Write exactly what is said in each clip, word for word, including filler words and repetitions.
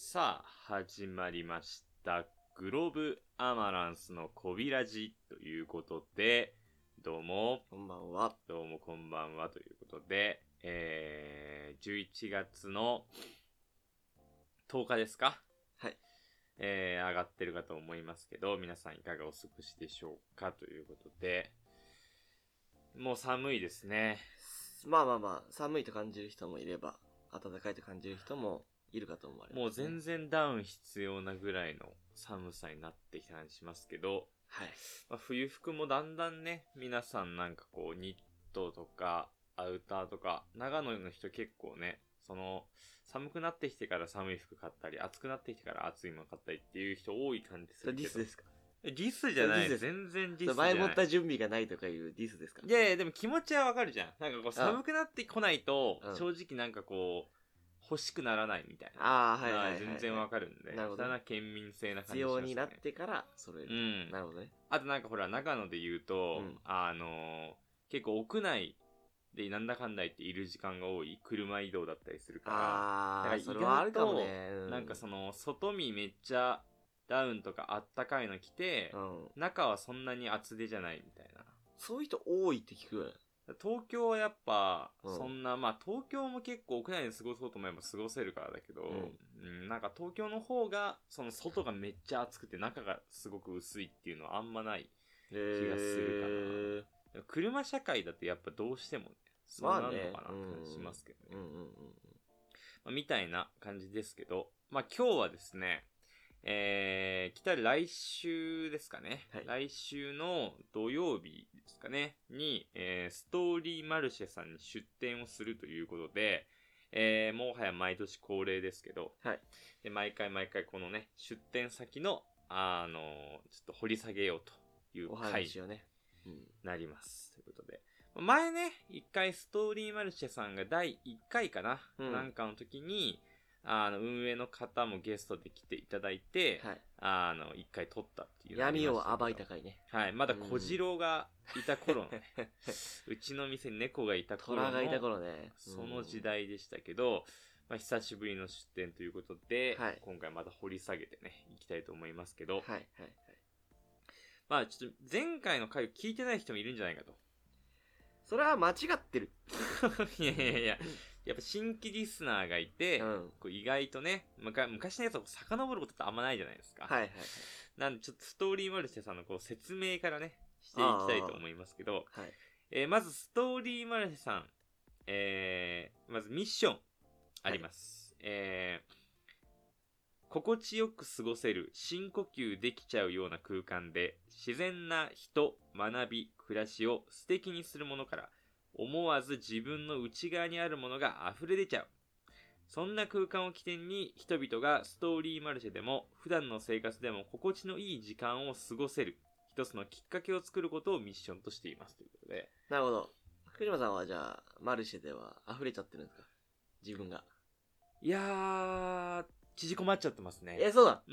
さあ始まりましたグローブアマランスのコビラジということで、どうもこんばんは。 どうもこんばんはということで、えー、じゅういちがつのとおかですか。 はい、 えー、上がってるかと思いますけど、皆さんいかがお過ごしでしょうかということで、もう寒いですね。 まあまあまあ、寒いと感じる人もいれば、暖かいと感じる人もいるかと思われます、ね。 もう全然ダウン必要なぐらいの寒さになってきたりしますけど、 はい。 まあ、冬服もだんだんね、皆さんなんかこうニットとかアウターとか、長野の人結構ね、その寒くなってきてから寒い服買ったり、暑くなってきてから暑いもの買ったりっていう人多い感じするけど。 それディスですか？ えディスじゃない。 それディスです全然ディスじゃない。 前もった準備がないとかいうディスですか？ いやいや、でも気持ちはわかるじゃん。なんかこう寒くなってこないと、 うん正直なんかこう、欲しくならないみたいな。 ああ、はいはいはい、はい。 全然わかるんで。 なるほどねそれは県民性な感必じしますね。 要になってから揃える。 うん。 なるほどね。 あとなんかほら、長野で言うと、 うんあのー結構屋内でなんだかんだ言っている時間が多い車移動だったりするから、 ああ、 だから意それはあるかも外と、 ね。うん、 なんかその、外見めっちゃダウンとかあったかいの着て、 うん。 中はそんなに厚手じゃないみたいな。 そういう人多いって聞くよね。 東京はやっぱ、 うんそんな、まあ東京も結構屋内で過ごそうと思えば過ごせるからだけど、うん、なんか東京の方が、その外がめっちゃ暑くて中がすごく薄いっていうのはあんまない気がするかな。車社会だとやっぱどうしてもね、そうなるのかなって感じしますけどね。 うんうんうん。 まあ、みたいな感じですけど、まあ今日はですね、えー、来た来週ですかね、 はい、 来週の土曜日ですかねに、えー、ストーリーマルシェさんに出店をするということで、えー、もはや毎年恒例ですけど、 はい、 で毎回毎回このね出店先のあのー、ちょっと掘り下げようという回にをね、 なります、うん、ということで、前ね一回ストーリーマルシェさんがだいいっかいかな、うん、なんかの時にあの運営の方もゲストで来ていただいて、はい、あの一回撮ったっていうのがありましたけど、 闇を暴いた回ね。 はい、まだ小次郎がいた頃の、ね、うちの店に猫がいた頃の虎がいた頃ね、 その時代でしたけど、まあ、久しぶりの出店ということで、はい、今回また掘り下げてねいきたいと思いますけど、はいはいはい、まあちょっと前回の回を聞いてない人もいるんじゃないかと。 それは間違ってる。 いやいやいや。やっぱ新規リスナーがいて、うん、こう意外とね、昔のやつを遡ることってあんまないじゃないですか。はいはいはい。なんでちょっとストーリーマルシェさんのこう説明からね、していきたいと思いますけど、はい、えー、まずストーリーマルシェさん、えー、まずミッションあります。はい、えー、心地よく過ごせる深呼吸できちゃうような空間で、自然な人、学び、暮らしを素敵にするものから、思わず自分の内側にあるものが溢れ出ちゃう。そんな空間を起点に人々がストーリーマルシェでも普段の生活でも心地のいい時間を過ごせる一つのきっかけを作ることをミッションとしていますということで。 なるほど。福島さんはじゃあマルシェでは溢れちゃってるんですか？自分が。 いやー、縮こまっちゃってますね。 え、そうだ。 うん。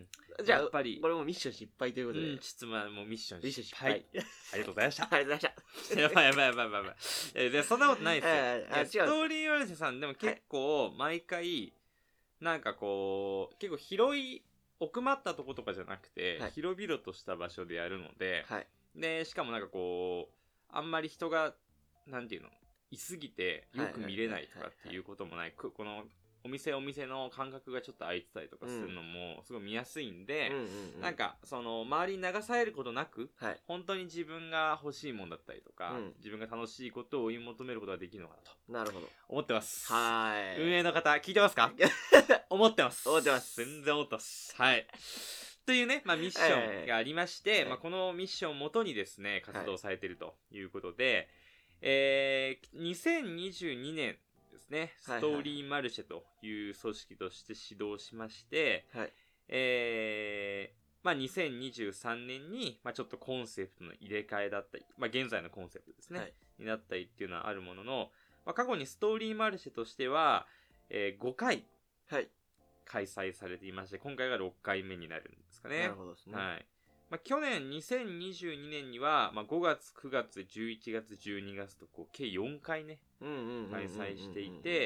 じゃあ、やっぱり。これもミッション失敗ということで。 うん、ちょっとまあ、もうミッション失敗。 ありがとうございました。 ありがとうございました。 やばいやばいやばいやばいやばい。え、で、そんなことないですよ。 えー、 ストーリーマルシェさんでも結構、毎回、なんかこう、結構広い、奥まったとことかじゃなくて、はい、広々とした場所でやるので、はい、で、しかもなんかこう、あんまり人が、なんていうの、いすぎてよく見れないとかっていうこともない、この、お店お店の間隔がちょっと空いてたりとかするのもすごい見やすいんで、うんうんうんうん、なんかその周りに流されることなく、はい、本当に自分が欲しいもんだったりとか、うん、自分が楽しいことを追い求めることができるのかなと。なるほど。思ってます。はい。運営の方聞いてますか？思ってます。 思ってます。 全然思ってます。はい。というね、まあミッションがありまして、はい、まあこのミッションをもとにですね、活動されているということで、はい、えー、にせんにじゅうにねんですね、ストーリーマルシェという組織として始動しまして、はい、えー、まあにせんにじゅうさんねんに、まあちょっとコンセプトの入れ替えだったり、まあ現在のコンセプトですね、はい、になったりっていうのはあるものの、まあ過去にストーリーマルシェとしては、えー、ごかい開催されていまして、今回がろっかいめになるんですかね。 なるほどですね。 はい。まあ、去年にせんにじゅうにねんには、まあ、ごがつ、くがつ、じゅういちがつ、じゅうにがつとこう計よんかいね、開催していて、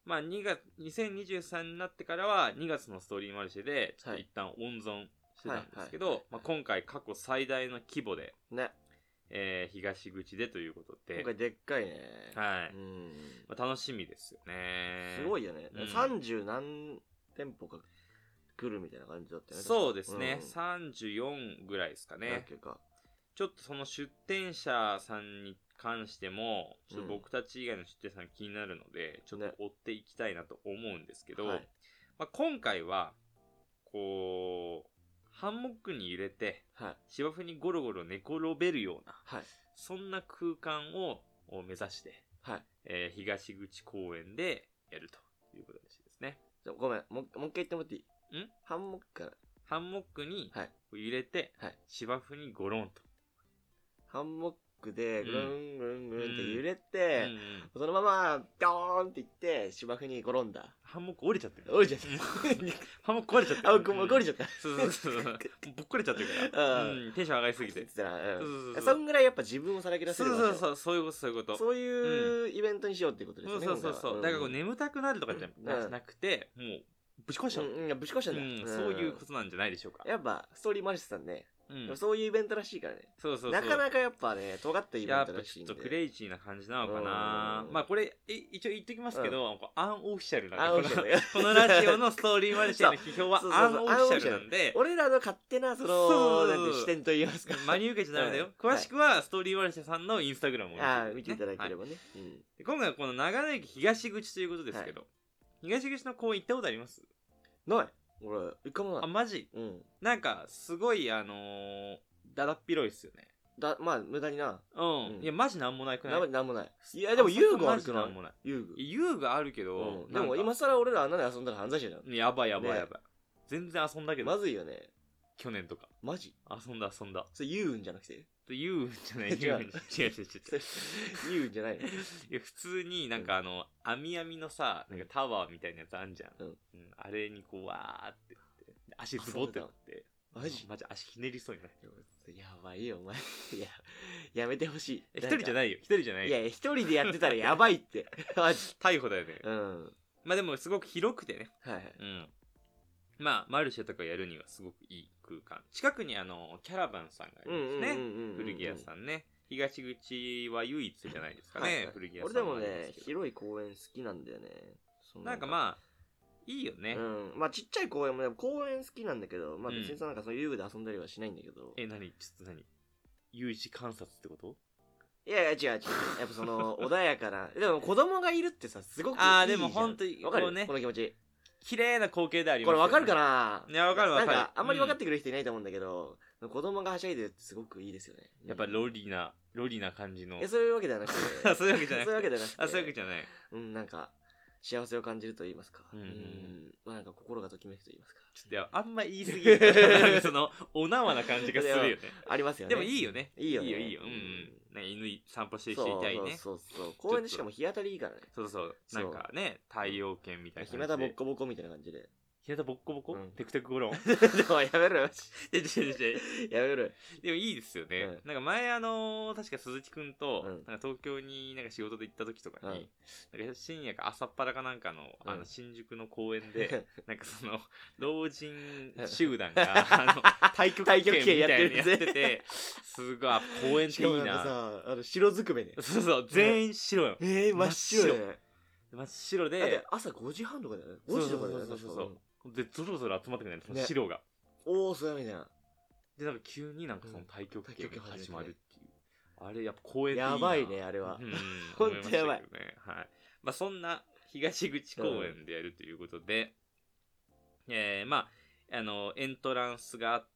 まあにがつ、にせんにじゅうさんになってからはにがつのストーリーマルシェで、ちょっと一旦温存してたんですけど、まあ今回過去最大の規模で、 ね。 えー、東口でということで。 今回でっかいね。 はい。 うん。 まあ、楽しみですよね。 すごいよね。さんじゅう何店舗か来るみたいな感じだったよね。 そうですね。うん、さんじゅうよんぐらいですかね。かちょっとその出店者さんに関しても、ちょっと僕たち以外の出店者さん気になるので、うん、ちょっと追っていきたいなと思うんですけど、ねはいまあ、今回は、こう、ハンモックに揺れて、はい、芝生にゴロゴロ寝転べるような、はい、そんな空間を目指して、はいえー、東口公園でやるということらしいですね。 じゃごめん、もう一回言ってもらっていい？んハンモックから。 ハンモックに揺れて、はい、芝生にゴロンと。 ハンモックでぐるんぐるんぐるんって揺れて、うんうん、そのままドーンっていって芝生に転んだ。 ハンモック折れちゃってる。 折れちゃってる。 ハンモック折れちゃってる。 あ、僕も折れちゃった。 そうそうそう。ぼっこれちゃってるから。うん。テンション上がりすぎて。 そんぐらいやっぱ自分をさらけ出せる。 そうそうそう。そういうこと、そういうこと。 そういうイベントにしようっていうことですね。 そうそうそう。だからこう眠たくなるとかじゃなくて、もう、ぶち壊しちゃう。 うん、ぶち壊しちゃうんだ。そういうことなんじゃないでしょうか。 やっぱ、ストーリーマルシェさんね。うん、そういうイベントらしいからね。 そうそうそう。 なかなかやっぱね、尖ったイベントらしいんで。 やっぱちょっとクレイジーな感じなのかな。まあこれ、一応言っときますけど、うん、アンオフィシャルなんで、このラジオのストーリーマルシェの批評はアンオフィシャルなんで。 俺らの勝手な、その、なんて視点と言いますか。 真に受けちゃダメだよ。詳しくは、ストーリーマルシェさんのインスタグラムを見ていただければね。 今回はこの長野駅東口ということですけど、東口の公園行ったことあります？ ない。俺、一回もない。 あ、マジ？うん。なんか、すごい、あのー、だだっ広いっすよね。 だ、まあ、無駄にな。 うん。うん、いや、マジなんもないくない？ なんもない。いや、でも遊具あるくない？ なんもない。 遊具。 遊具あるけど、 うん、でも今更俺らあんなで遊んだら犯罪者じゃん。 やばいやばいやばい。ね、全然遊んだけど。 まずいよね。 去年とか。 マジ？ 遊んだ遊んだ。 それ遊運じゃなくて？ 遊運じゃない。遊運。違う違う違う。 遊運じゃない。いや、普通になんかあの、網網のさ、なんかタワーみたいなやつあんじゃん。うん。うん、あれにこう、わーって。足ズボってなって。マジマジ足ひねりそうになって。 やばいよ、お前。いや、やめてほしい。 一人じゃないよ。一人じゃないよ。 いや、一人でやってたらやばいって。マジ。 逮捕だよね。うん。まあでも、すごく広くてね。はいはい。うん。まあ、マルシェとかやるにはすごくいい空間。近くにあの、キャラバンさんがいるんですね。古着屋さんね。東口は唯一じゃないですかね。古着屋さん。 俺でもね、広い公園好きなんだよね。 なんかまあ、いいよね。 うん。まあちっちゃい公園もね、公園好きなんだけど、まあ別になんかそういう遊具で遊んだりはしないんだけど。 え、何ちょっと何有事観察ってこと？ いやいや、違う違う。やっぱその、穏やかな。でも子供がいるってさ、すごくいいじゃん。ああ、でも本当に。わかるね。この気持ち。 綺麗な光景でありますよね。これわかるかな？ いや、わかるわかる。 なんか、あんまり分かってくれる人いないと思うんだけど、うん、子供がはしゃいでるってすごくいいですよね。 やっぱロリな、ロリな感じの。 いや、そういうわけではなくて。 そういうわけじゃない。 そういうわけじゃなくて。 あ、そういうわけじゃない。 うん、なんか、幸せを感じると言いますか。うん。うんまあなんか心がときめくと言いますか。 ちょっとや、あんま言い過ぎる。なんかその、お縄な感じがするよね。 ありますよね。 でもいいよね。 いいよね。 いいよ、いいよ。うんうん。なんか犬散歩してる人いたいね。 そうそうそう。公園でしかも日当たりいいからね。 そうそう。なんかね、太陽圏みたいな感じで。日向ぼっこぼこみたいな感じで。 日向ボッコボコ、うん、テクテクゴロンでもやめろよ。 やめろよ。でもいいですよね。うん、なんか前あのー、確か鈴木くんと、うん、なんか東京になんか仕事で行った時とかに、うん、なんか深夜か朝っぱらかなんかの、あの新宿の公園で、なんかその、老人集団が、あの、太極拳みたいなやってて、すごい、公園っていいな。 さ、あの白ずくめね。 そうそう、全員白よ。 えー、真っ白ね。 真っ白で。 朝ごじはんとかだよね。ごじとかだよね。 そうそうそうそう。で、ゾロゾロ集まってくるね、その白が。 おー、そうやみたいな。 で、なんか急になんかその太極拳が始まるっていう。あれ、やっぱ公園っていいな。やばいね、あれは。 うん。ほんとやばい。はい。まあ、そんな東口公園でやるということで、えー、まあ、あの、エントランスがあって、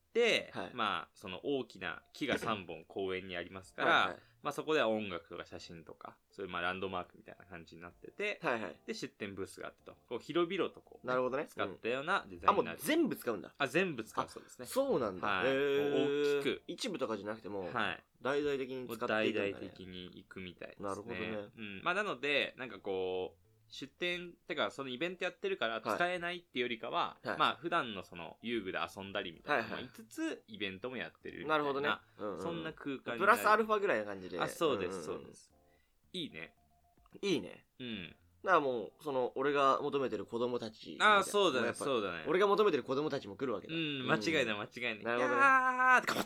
まあ、その大きな木がさんぼん公園にありますから、まあそこでは音楽とか写真とか、そういうまあランドマークみたいな感じになってて、はいはい、で、出店ブースがあってと、こう広々とこう、 なるほどね。 使ったようなデザインになる。 あ、もう全部使うんだ。 あ、全部使うそうですね。 そうなんだ。 はい。大きく。 一部とかじゃなくても、はい。大々的に使っていくんだね。 大々的に行くみたいですね。 なるほどね。 うん。まあなので、なんかこう、出店ってかそのイベントやってるから使えないっていうよりかは、はい、まあ普段のその遊具で遊んだりみたいなのも言いつつ、はいはい、イベントもやってるみたいな。なるほどね。うんうん、そんな空間に。 プラスアルファぐらいな感じで。 あ、そうです、そうです。いいね。 いいね。 うん。 だからもうその俺が求めてる子供たち、 ああそうだねそうだね、 俺が求めてる子供たちも来るわけだ。 うん間違いない間違いない。 なるほどね。 あーってか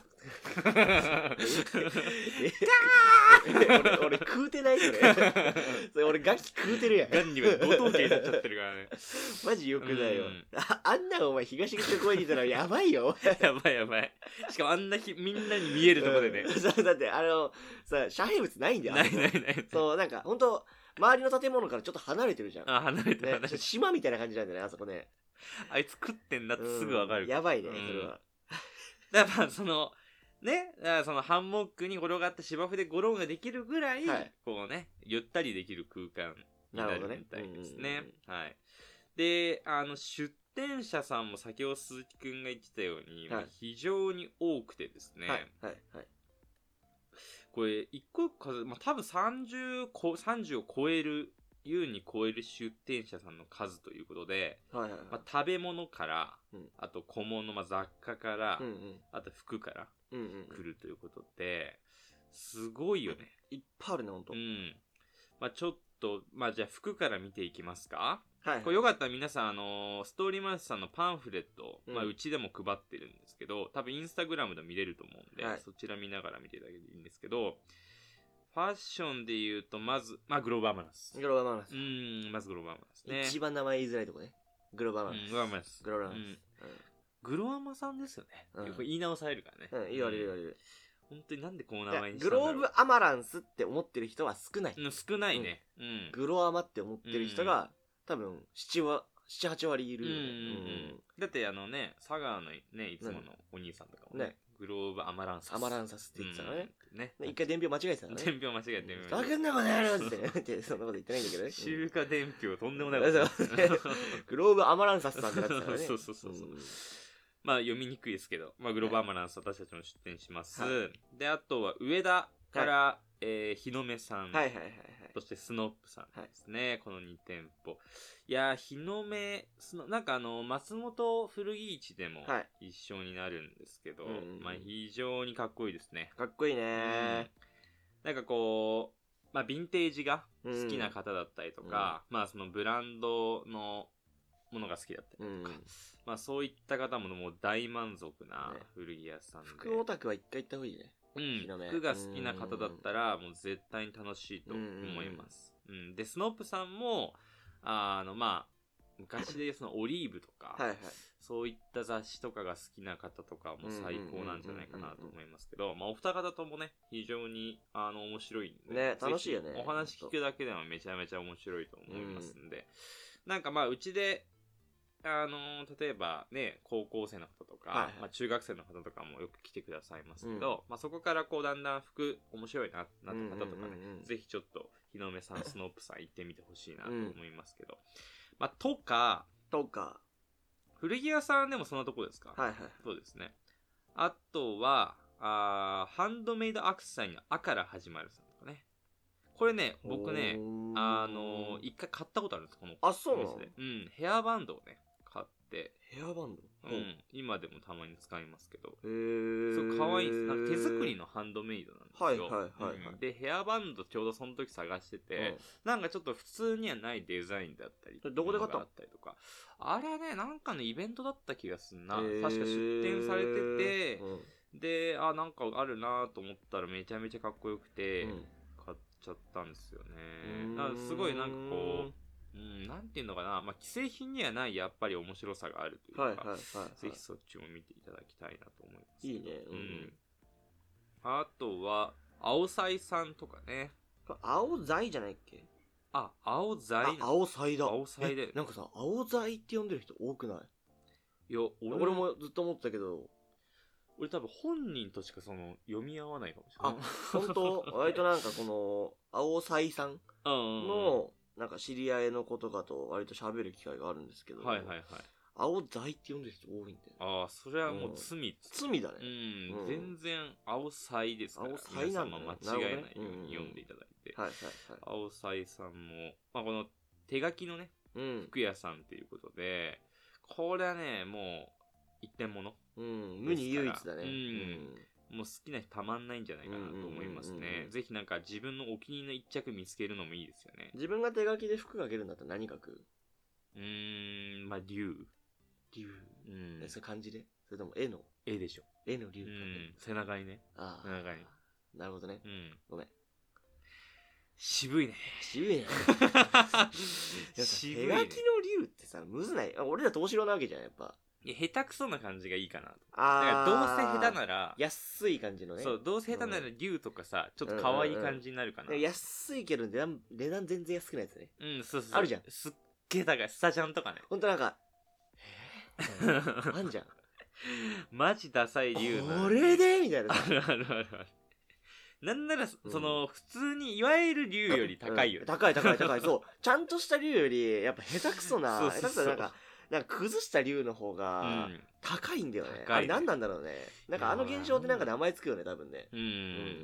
俺俺食うてないそれ。それ俺ガキ食うてるやん。 ガンにはご当家になっちゃってるからね。 マジよくないよ。あ, あんなお前東口の声にいたらやばいよ。 やばいやばい。しかもあんなひみんなに見えるところでね。 そうだってあのさ遮蔽物ないんだよ。 ないないない。 そうなんか本当周りの建物からちょっと離れてるじゃん。 あ離れてる、 ね、島みたいな感じなんだよねあそこね。 あいつ食ってんだってすぐわかる、 うん、やばいね、うん、それは。 だからそのね、だからそのハンモックに転がった芝生でゴロンができるぐらい、はい、こうねゆったりできる空間になるみたいですね。はい。であの出店者さんも先ほど鈴木くんが言ってたように、はい、非常に多くてですね。 はいはいはい。 これ一個一個数、まあ、多分さんじゅう、さんじゅうを超える優に超える出店者さんの数ということで、はいはいはい、まあ、食べ物から、うん、あと小物、まあ、雑貨から、うんうん、あと服から来るということで、すごいよね。 いっぱいあるねほんと。 うん。まあ、ちょっとまあじゃあ服から見ていきますか。 はい、はい、 これよかったら皆さん、あのー、ストーリーマウスさんのパンフレット、うん、まあうちでも配ってるんですけど、多分インスタグラムでも見れると思うんで、はい、そちら見ながら見ていただけるといいんですけど、ファッションで言うとまずまあグローバーマナス。 グローバーマナス。 うん、まずグローバーマナスね。 一番名前言いづらいとこね。グローバーマナス。 うん、グローバーマナス。 グローバーマナス。うんうん、グロアマさんですよね。うん、言い直されるからね。 うん、言われる言われる。 本当になんでこの名前にしたんだろう。 グローブアマランスって思ってる人は少ない。 うん、少ないね。 うん。グロアマって思ってる人が、多分なな、はち割いるよね。うんうんうん。 だってあのね、佐川のね、いつものお兄さんとかもね、グローブアマランサス。 アマランサスって言ってたからね。ね。一回伝票間違えてたからね。 伝票間違えてる。 わかんなことやろってそんなこと言ってないんだけどね。 中華伝票とんでもないこと。グローブアマランサスさんってなってたからね。 そうそうそうそう。まあ読みにくいですけど、まあグローブアマランス私たちも出店します。で、あとは上田から、え日の目さん。 はいはいはいはい。 そしてスノップさんですね、はい、このに店舗。いやー、日の目、なんかあの、松本古着市でも一緒になるんですけど、はい、まあ非常にかっこいいですね。 かっこいいねー、うん。 なんかこう、まあヴィンテージが好きな方だったりとか、うん、まあそのブランドのものが好きだったりとか、うん、まあそういった方ももう大満足な古着屋さんで。ね、 服オタクは一回行った方がいいね。 うん、服が好きな方だったらもう絶対に楽しいと思います。うん、うん、でスノープさんもあのまあ昔でそのオリーブとかはい、はい、そういった雑誌とかが好きな方とかも最高なんじゃないかなと思いますけど、まあお二方ともね非常にあの面白いんでね、楽しいよね。 お話聞くだけでもめちゃめちゃ面白いと思いますんで、うん、なんかまあうちであのー、例えばね、高校生の方とか、はいはい、まあ、中学生の方とかもよく来てくださいますけど、うん、まあ、そこからこうだんだん服面白いな、なった方とかね、うんうんうんうん、ぜひちょっと日の目さん、スノープさん行ってみてほしいなと思いますけど、うん、まあ、とか、 とか、 古着屋さんでもそんなとこですか？ はいはい。 そうですね。あとは、あハンドメイドアクセサリーのあから始まるさんとかね。これね、僕ね、あのー、一回買ったことあるんです、このあ、そうなの？ うん、ヘアバンドをね、買って。 ヘアバンド？ うん、今でもたまに使いますけど。 へー。 そう、かわいいです。なんか手作りのハンドメイドなんですよ。 はいはいはい、はいうん。で、ヘアバンドちょうどその時探してて、うん、なんかちょっと普通にはないデザインだったり。 どこで買ったの？ あったりとか。あれはね、なんかのイベントだった気がすんな。確か出展されてて、うん、で、あ、なんかあるなと思ったらめちゃめちゃかっこよくて、うん買っちゃったんですよね。だからすごいなんかこう、うん、なんていうのかな、まあ、既製品にはないやっぱり面白さがあるというか、はいはいはいはい、ぜひそっちも見ていただきたいなと思います。 いいね。 うん。うん、あとは、青菜さんとかね。 青菜じゃないっけ？ あ、青菜。 青菜だ。 青菜で。 なんかさ、青菜って呼んでる人多くない？ いや、俺も, 俺もずっと思ってたけど、 俺多分本人としかその読み合わないかもしれない。 あ、本当割となんかこの青菜さんのなんか知り合いの子とかと割と喋る機会があるんですけど、 はいはいはい。 青菜って呼んでる人多いんだよ。 ああ、それはもう罪、うん、 罪だね。 うん、うん、全然青菜ですから。 青菜なんだ、ね、 皆様間違えないように読んでいただいて。 はいはいはい。 青菜さんも、まあこの手書きのね、うん、服屋さんっていうことで、これはね、もう一点物。 うん、無に唯一だね。うん。 もう好きな人たまんないんじゃないかなと思いますね。ぜひなんか自分のお気に入りの一着見つけるのもいいですよね。 自分が手書きで服描けるんだったら何描く？ うーん、まあ竜。 竜。 うん。 それ漢字で？それとも絵の？ 絵でしょ。 絵の竜。 うん。背中にね。 ああ。 背中に。 なるほどね。 うん。 ごめん。 渋いね。 渋いね。渋いね。手書きの竜ってさ、むずない？俺ら東四郎なわけじゃん、やっぱ。 いや、下手くそな感じがいいかなと。 ああ。どうせ下手なら。 安い感じのね。 そう、どうせ下手なら竜とかさ、ちょっと可愛い感じになるかな。 うんうんうん、安いけど値段、値段全然安くないやつね。 うん、そうそう。 あるじゃん。 すっげえ高い。スタジャンとかね。 ほんとなんか、えー、あんじゃん。 マジダサい竜な。これでみたいな。 あるあるあるある。なんなら、その、うん、普通に、いわゆる竜より高いよ、ねうん、高い高い高い。そう。ちゃんとした竜より、やっぱ下手くそな、そうそうそう、下手くそなんか、なんか崩した竜の方が、高いんだよね。うん、ねあれ何なんだろうね。なんかあの現象ってなんか名前つくよね、多分ね。 うん。うん、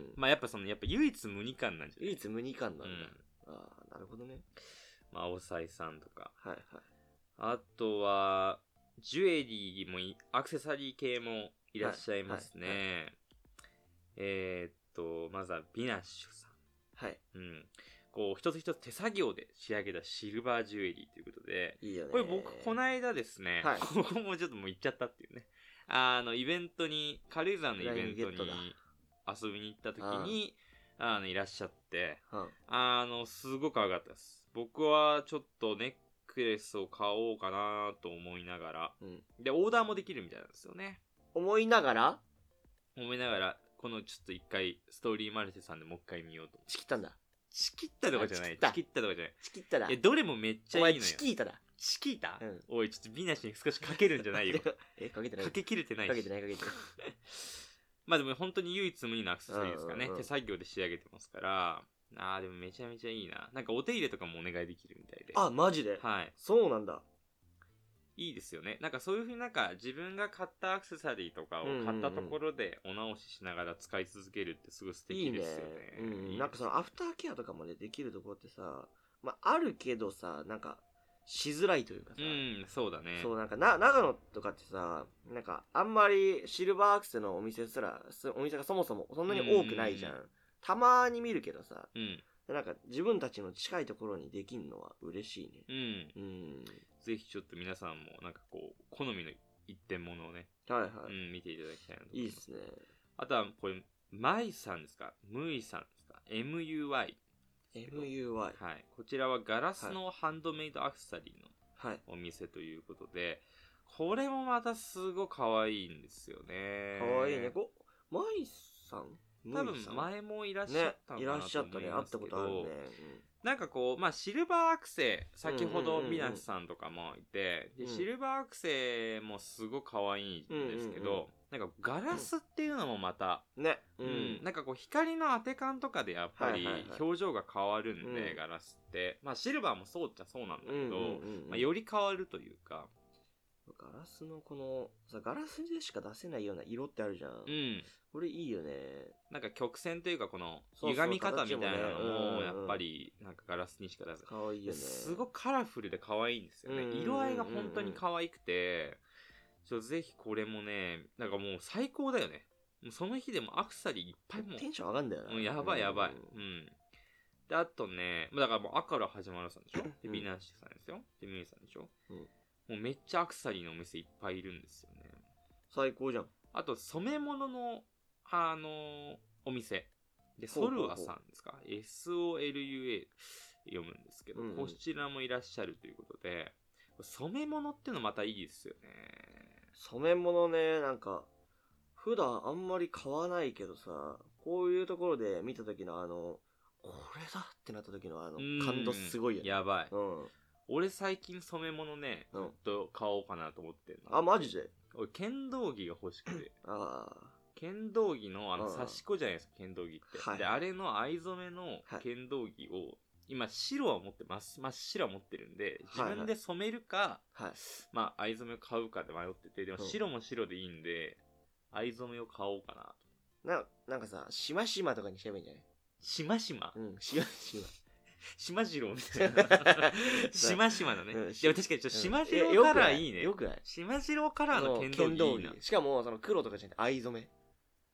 まあやっぱその、やっぱ唯一無二感なんじゃない？ 唯一無二感なんだ。うん、ああ、なるほどね。 まあ、青菜さんとか。 はいはい。 あとは、ジュエリーもアクセサリー系もいらっしゃいますね。はいはいはい、えー、っと、まずはビナッシュさん。 はい。 うん。こう、一つ一つ手作業で仕上げたシルバージュエリーということで。 いいよね。 これ僕、この間ですね、はい、ここもちょっともう行っちゃったっていうね。あの、イベントに、軽井沢のイベントに遊びに行った時に、あの、いらっしゃって、あの、すごく可愛かったです。僕はちょっとネックレスを買おうかなと思いながら、うん、で、オーダーもできるみたいなんですよね。 思いながら思いながら、このちょっと一回、ストーリーマルテさんでもう一回見ようと。 チキったんだ。 チキったとかじゃない。チキったとかじゃない。 チキっただ。 え、どれもめっちゃいいのよ。 お前チキータだ。 チキータ、うん、おい、ちょっとビナシに少しかけるんじゃないよ。 え、かけてない。 かけきれてないし。 かけてない、かけてない。 まあでも本当に唯一無二のアクセサリーですかね。手作業で仕上げてますから。ああ、でもめちゃめちゃいいな。なんかお手入れとかもお願いできるみたいで。 あ、マジで？ はい。 そうなんだ。 いいですよね。なんかそういうふうになんか自分が買ったアクセサリーとかを買ったところでお直ししながら使い続けるってすごい素敵ですよね。 いいね。うん。いいなんかそのアフターケアとかまでできるところってさ、まああるけどさ、なんかしづらいというかさ。 うん、そうだね。 そうなんかな、長野とかってさ、なんかあんまりシルバーアクセのお店すら、お店がそもそもそんなに多くないじゃん。たまに見るけどさ、うん。なんか自分たちの近いところにできるのは嬉しいね。 うん。うん。ぜひちょっと皆さんもなんかこう、好みの一点ものをね。 はいはい。 うん、見ていただきたいなと思います。 いいっすね。 あとはこれ、マイさんですか？ムイさんですか？ エムユーワイ。 エムユーワイ。 はい。こちらはガラスのハンドメイドアクセサリーのはい、 お店ということで、これもまたすごい可愛いんですよね。 可愛いね。こマイさん多分前もいらっしゃったのかなと思いますけど、ね、いらっしゃったね。会ったことあるね。うん、なんかこう、まあシルバーアクセ、先ほどミナスさんとかもいて、でシルバーアクセもすごい可愛いんですけど、うんうんうん、なんかガラスっていうのもまた、 うん、ね、 うん、なんかこう光の当て感とかでやっぱり表情が変わるんで、はいはいはい、ガラスって、まあシルバーもそうっちゃそうなんだけど、うんうんうんうん、まあ、より変わるというか、 ガラスのこのさ、ガラスでしか出せないような色ってあるじゃん。うん。これいいよね。 なんか曲線というかこの歪み方みたいなのもやっぱりなんかガラスにしか出せない。 かわいいよね。 すごくカラフルで可愛いんですよね。色合いが本当に可愛くて、ちょぜひこれもね、なんかもう最高だよね。もうその日でもアクセサリーいっぱいもう。 テンション上がんだよな。 もうやばいやばい。うん。で、あとね、だからもう赤から始まるさんでしょで、ビナッシュさんですよで、ミューさんでしょうん。もうめっちゃアクセサリーのお店いっぱいいるんですよね。 最高じゃん。 あと、染め物の、あのー、お店。で、ソルアさんですか ?エスオーエルユーエー 読むんですけど、うんうん、こちらもいらっしゃるということで、染め物ってのまたいいですよね。 染め物ね、なんか、普段あんまり買わないけどさ、こういうところで見た時のあの、これだってなった時のあの、感動すごいよね。 やばい。 うん。 俺最近染め物ね、ずっと買おうかなと思ってんの。あ、マジで？ 俺、剣道着が欲しくて。 ああ。 剣道着の、あの、刺し子じゃないですか、剣道着って。はい、で、あれの藍染めの剣道着を、はい、今、白は持ってます。真っ白は持ってるんで、自分で染めるか、はいはい、まあ、藍染めを買うかで迷ってて、でも白も白でいいんで、藍染めを買おうかなと。 な、なんかさ、しましまとかにしちゃえばいいんじゃない？ しましま？ うん、しましま。 しまじろうみたいな。しましまだね。うん、でも確かにちょっとしまじろうカラーいいね。 よくない？ しまじろうカラーの剣道着いいな。 しかも、その黒とかじゃなくて藍染め。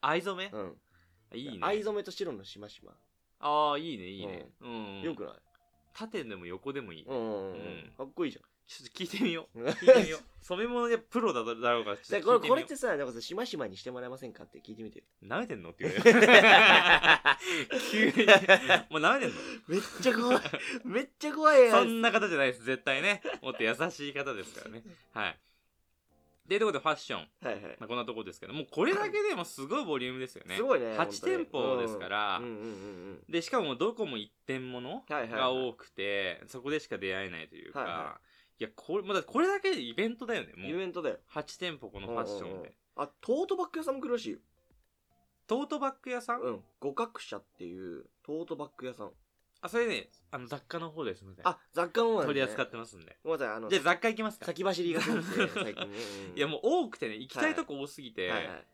藍染め、 うん。 いいね。 藍染めと白のしましま。 ああ、いいね、いいね。うん。 よくない？ 縦でも横でもいい。 うん。かっこいいじゃん。 ちょっと聞いてみよう。聞いてみよう。染め物でプロだろうから、ちょっと聞いてみよう。 これってさ、なんかしましまにしてもらえませんかって聞いてみてよ。 舐めてんのって言うよ。急に。もう舐めてんの？ めっちゃ怖い。めっちゃ怖いやつ。そんな方じゃないです。絶対ね。もっと優しい方ですからね。はい。で、ということでファッション。はいはい。まあ、こんなとこですけど、もうこれだけでもすごいボリュームですよね。 すごいね。 はち店舗ですから、で、しかもどこも一点物が多くて、そこでしか出会えないというか、はいはい、いや、これ、まだこれだけでイベントだよね、もう。 イベントだよ。 はち店舗このファッションで。 あ、トートバッグ屋さんも来るらしいよ。 トートバッグ屋さん？ うん。五角社っていうトートバッグ屋さん。 あ、それね、あの雑貨の方ですみません。 あ、雑貨の方なんですね。 取り扱ってますんで。 ごめんなさい、あの、 じゃあ雑貨行きますか。 先走りがそうですね、最近ね。 いや、もう多くてね、行きたいとこ多すぎて、はいはいはい、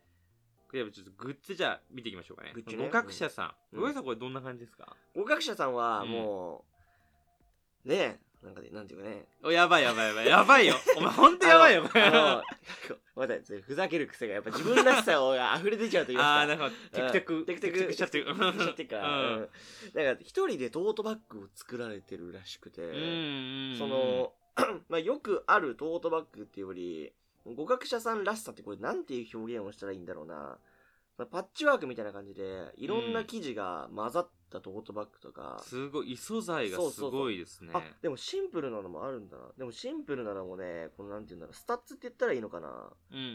ちょっとグッズじゃあ見ていきましょうかね。グッズね。五角社さん。五角さんこれどんな感じですか？五角社さんはもう、ねえ、なんかね、なんていうかね。 お、やばいやばいやばい。やばいよ。お前ほんとやばいよ。 あの、ごめんなさい、ふざける癖がやっぱ自分らしさが溢れ出ちゃうと言いますか。 あー、なんか、テクテク、 テクテクしちゃってる。しちゃってから。なんか、一人でトートバッグを作られてるらしくて、その、まあよくあるトートバッグっていうより、五角社さんらしさってこれなんていう表現をしたらいいんだろうな。パッチワークみたいな感じで、いろんな生地が混ざったトートバッグとか。 すごい、異素材がすごいですね。 そうそうそう。あ、でもシンプルなのもあるんだな。でもシンプルなのもね、このなんていうんだろう、スタッツって言ったらいいのかな。 うんうんうん。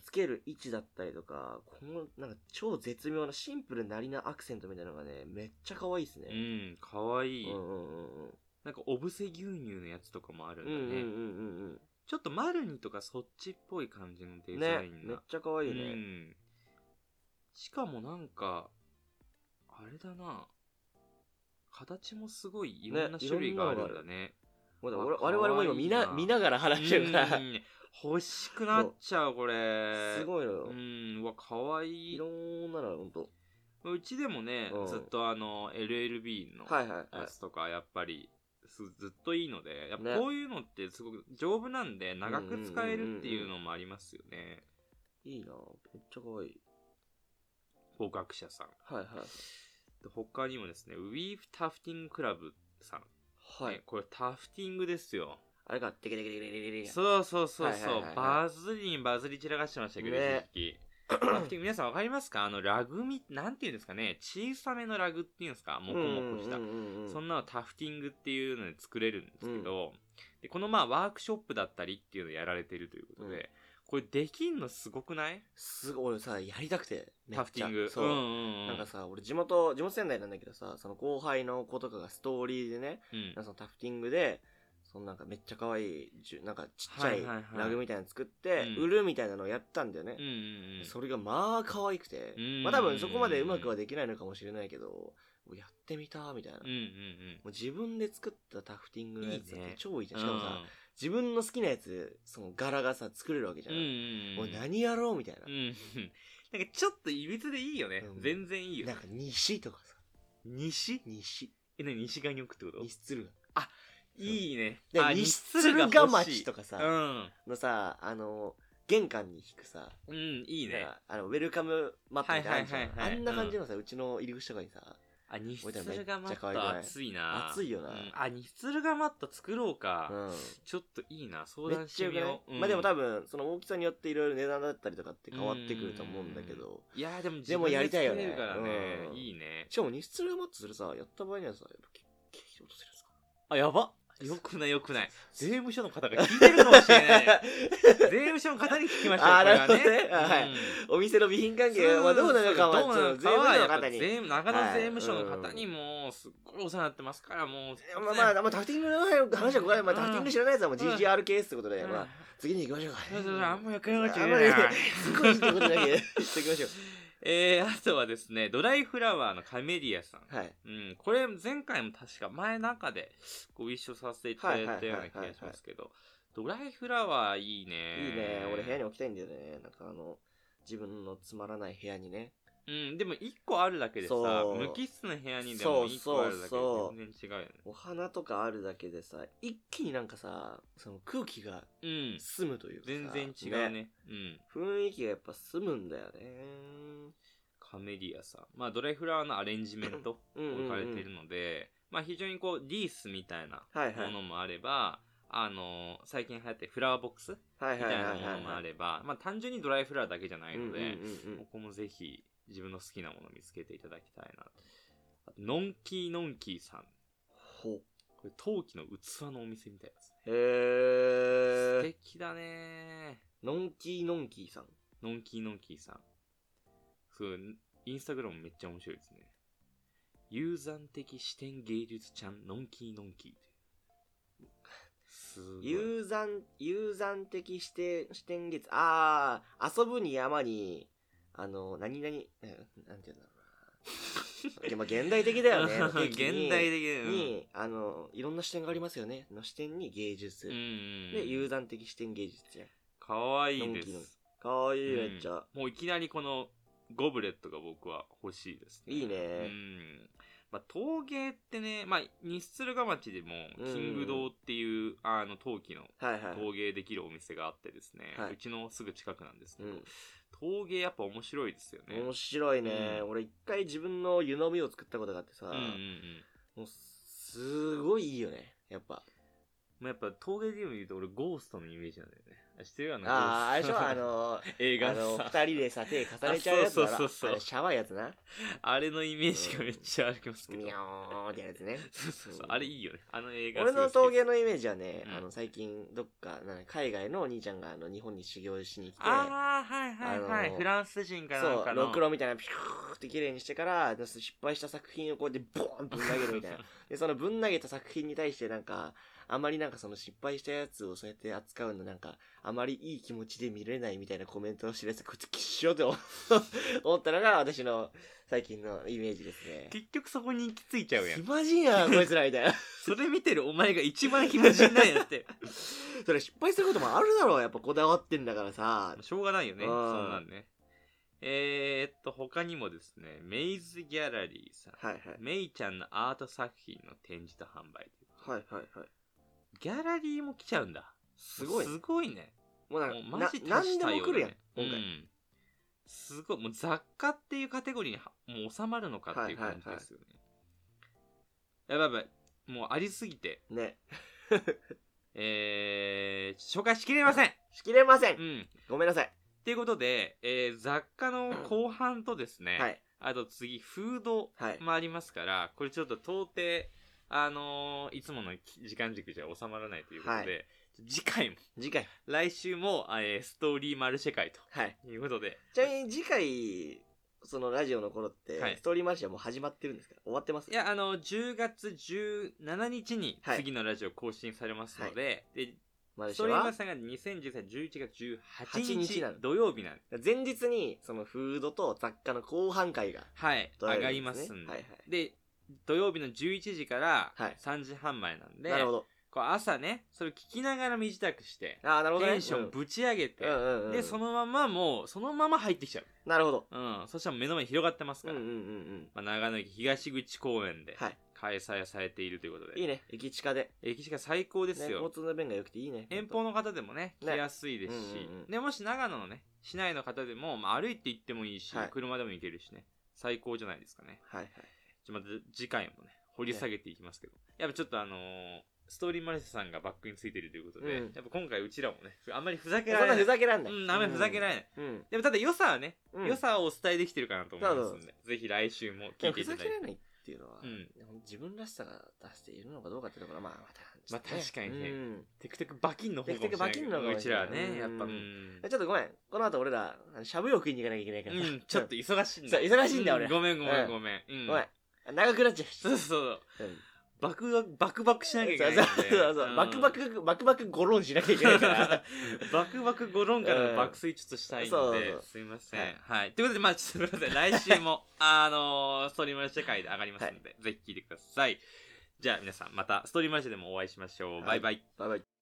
つける位置だったりとか、このなんか超絶妙なシンプルなりなアクセントみたいなのがね、めっちゃ可愛いですね。 うん、可愛い。 うんうんうんうん。 なんか、おぶせ牛乳のやつとかもあるんだね。うんうんうんうん。ちょっとマルニとかそっちっぽい感じのデザインが。 ね、めっちゃ可愛いね。うん。 しかもなんか、あれだな。形もすごいいろんな種類があるんだね。 我々も今見な、見ながら話してるから。 欲しくなっちゃう、これ。 すごいのよ。 うん、うわ、かわいい。 いろんなの、ほんと。 うちでもね、ずっとあの、エルエルビー のやつとか、やっぱり、ずっといいので、やっぱこういうのってすごく丈夫なんで、長く使えるっていうのもありますよね。 いいな、めっちゃかわいい。 五角社さん。 はいはい。 他にもですね、ウィーフタフティングクラブさん。 はい。 ね、これタフティングですよ。 あれか、テケテケテケテケテケ。 そうそうそうそう。バズりにバズり散らかしてましたけど、ね、正直。タフティング皆さんわかりますか？あのラグみ、なんていうんですかね、小さめのラグっていうんですか、もこもこした。そんなのタフティングっていうので作れるんですけど、うん、でこのまあワークショップだったりっていうのをやられてるということで、うん、これできんのすごくない？ すごい、俺さ、やりたくて。 タフティング。 そう。うんうんうん、なんかさ、俺地元、地元仙台なんだけどさ、その後輩の子とかがストーリーでね、うん、なんかそのタフティングで、そのなんかめっちゃ可愛い、なんかちっちゃいラグみたいなの作って、売るみたいなのをやったんだよね。うんうんうん、それがまあ可愛くて、まあ多分そこまでうまくはできないのかもしれないけど、やってみたみたいな、うんうんうん。もう自分で作ったタフティングのやつって超いいじゃん。いいね、しかもさ、うん、自分の好きなやつ、その柄がさ、作れるわけじゃん。うんうんうん、もう何やろうみたいな。うん、 なんかちょっといびつでいいよね。うん、全然いいよ、ね。 なんか西とかさ。 西？ 西。 え、なに西側に置くってこと？ 西鶴が。 あ、いいね。 で、西鶴ヶ町とかさ、うん、のさ、あの、玄関に引くさ、 うん、いいね。 あの、ウェルカムマットみたいなのあるじゃん。あんな感じのさ、うちの入り口とかにさ、 あ、西鶴ヶマット熱いな。 熱いよな。うん、 あ、西鶴ヶマット作ろうか。うん、ちょっといいな。相談してみよう。 うん、まあでも多分、その大きさによっていろいろ値段だったりとかって変わってくると思うんだけど。 いやーでもでもやりたいよね。 自分で作れるからね。うん、いいね。 しかも西鶴ヶマットするさ、やった場合にはさ、やっぱ経費落とせるんですか？ あ、やばっ。よくないよくない。税務署の方が聞いてるかもしれない。税務署の方に聞きましたよ。 あ、なるほどね。はい。お店の備品関係はどうなのかは、税務署の方に。 中野税務署の方にも、すっごいお世話になってますから、もう。 まあまあ、タフティングの話はこれ、まあタフティング知らないやつはもう ジージーアール ケースってことで、まあ、次に行きましょうか。 あんまやかやがちゃうね。 すごいってことだけ言っておきましょう。 えー、あとはですね、ドライフラワーのカメディアさん。 はい。 うん、これ前回も確か前中でご一緒させていただいたような気がしますけど、ドライフラワーいいね。 いいね。俺部屋に置きたいんだよね。なんかあの、自分のつまらない部屋にね。 うん、でもいっこあるだけでさ、無機質な部屋にでもいっこあるだけで全然違うよね。 お花とかあるだけでさ、一気になんかさ、その空気が澄むというかさ、 うん、全然違うね。ね、 うん。雰囲気がやっぱ澄むんだよね。 カメリアさん。まあドライフラワーのアレンジメント置かれているので、うんうんうん、まあ非常にこうリースみたいなものもあれば、はいはい、あのー、最近流行ってフラワーボックスみたいなものもあれば、まあ単純にドライフラワーだけじゃないので、うんうんうんうん、ここもぜひ自分の好きなものを見つけていただきたいな。あとノンキーノンキーさん。 ほう。 これ陶器の器のお店みたいですね。 へー。 素敵だねー。ノンキーノンキーさん。 ノンキーノンキーさん。そう、インスタグラムめっちゃ面白いですね。雄山的視点芸術ちゃん、ノンキーノンキー。すごい。 雄山、雄山的視点、視点芸術。あー、遊ぶに山に、あの、何々、なんていうんだろうな。まあ現代的だよね。 現代的に、に、あの、いろんな視点がありますよね。の視点に芸術。うん、で、雄山的視点芸術じゃん。 かわいいです。 かわいい、めっちゃ、 うん。もういきなりこのゴブレットが僕は欲しいですね。いいね。 うん。まあ、陶芸ってね、まあ、日鶴ヶ町でも、キング堂っていう、うん、あの、陶器の陶芸できるお店があってですね、はいはい、うちのすぐ近くなんですけど、うん、陶芸やっぱ面白いですよね。 面白いね。うん、俺一回自分の湯飲みを作ったことがあってさ、うんうんうん、もうすごいいいよね、やっぱ。 まあ、やっぱ陶芸で言うと俺ゴーストのイメージなんだよね。知ってるよな。 ああ、あれでしょ、あのー、映画あの二人でさ手重ねちゃうやつだろ。そうそうそうそう。あれシャワーやつな。 あれのイメージがめっちゃありますけど。 にょーってやつね。 そうそうそう。あれいいよね。あの映画。 俺の陶芸のイメージはね、うん、あの最近どっかなんか海外のお兄ちゃんがあの日本に修行しに来て、 ああはいはいはい。フランス人かなんかの。 そう、ろくろみたいなピューって綺麗にしてから失敗した作品をこうやってボーンぶん投げるみたいな。でそのぶん投げた作品に対してなんか。あまりなんかその失敗したやつをそうやって扱うのなんかあまりいい気持ちで見れないみたいなコメントをしてるやつこいつきっしょって思ったのが私の最近のイメージですね。 結局そこに行き着いちゃうやん。 暇人やんこいつらみたいな。 それ見てるお前が一番暇人なんやって。 それ失敗することもあるだろうやっぱこだわってんだからさ。 しょうがないよね。そうなんね。えー、っと他にもですねメイズギャラリーさん、はいはい、メイちゃんのアート作品の展示と販売という。 はいはいはい。 ギャラリーも来ちゃうんだ。 すごい、 ね。すごいね。 もうなんか、もうマジで何でも来るやん、今回。うん。 すごい。もう雑貨っていうカテゴリーにもう収まるのかっていう感じですよね。はいはいはい、やばいやばい。もうありすぎて。 ね。 えー、紹介しきれません。 しきれません。 うん。 ごめんなさい。 っていうことで、えー、雑貨の後半とですね、はい、あと次、フードもありますから、はい、これちょっと到底、あのー、いつもの時間軸じゃ収まらないということで、はい、次回も、 次回、 来週も、えー、ストーリーマルシェ会と、はい、いうことで。 ちなみに次回、そのラジオの頃って、はい、ストーリーマルシェはもう始まってるんですか？終わってます？ いや、あの、じゅうがつじゅうしちにちに次のラジオ更新されますので、はい、で、ストーリーマルシェがにせんじゅうさんねんじゅういちがつじゅうはちにち土曜日なんで。 前日に、そのフードと雑貨の後半会が、 はい、上がりますんで。はいはい、で、土曜日のじゅういちじからさんじはんまえなんで、はい、なるほど。こう朝ね、それを聞きながら身支度して、あ、なるほどね、テンションぶち上げて、うんうんうん、で、そのままもう、そのまま入ってきちゃう。 なるほど。 うん。そしたら目の前に広がってますから。うんうんうんうん。まあ、長野駅東口公園で、開催されているということで。 いいね。駅近で。 駅近最高ですよ。ね、 交通の便が良くていいね。 遠方の方でもね、来やすいですし、ね、うんうんうん、で、もし長野のね、市内の方でも、まあ、歩いて行ってもいいし、はい、車でも行けるしね、最高じゃないですかね。はいはい。じゃまた次回もね、掘り下げていきますけど。ね、やっぱちょっとあのー、ストーリーマルシェさんがバックについてるということで、うん、やっぱ今回うちらもね、あんまりふざけられない。 そんなふざけられない。 うん、あんまりふざけられない。うん、でもただ良さはね、うん、良さをお伝えできてるかなと思いますんで、ぜひ来週も聞いていただいて。 ふざけられないっていうのは、うん、自分らしさが出しているのかどうかっていうところは、まあ、また、 ね、まあ確かにね、うん、テクテクバキンの方かもしれない。テクテクバキンの方がうちらはね、やっぱ、うん。 ちょっとごめん。この後俺ら、しゃぶを食いに行かなきゃいけないから。 うん、ちょっと忙しいんだ。 そう、忙しいんだよ、俺。 ごめんごめんごめん。 うん、ごめん。長くなっちゃう。 そうそう。バクバクバクしなきゃいけないんで。 そうそうそう。バクバク、バクバクゴロンしなきゃいけないから。 バクバクゴロンからの爆睡ちょっとしたいので、すいません。はい。ということで、まあちょっとすいません。来週も、あのー、ストーリーマルシェ会で上がりますので、ぜひ聞いてください。じゃあ皆さん、またストーリーマルシェでもお会いしましょう。バイバイ。 バイバイ。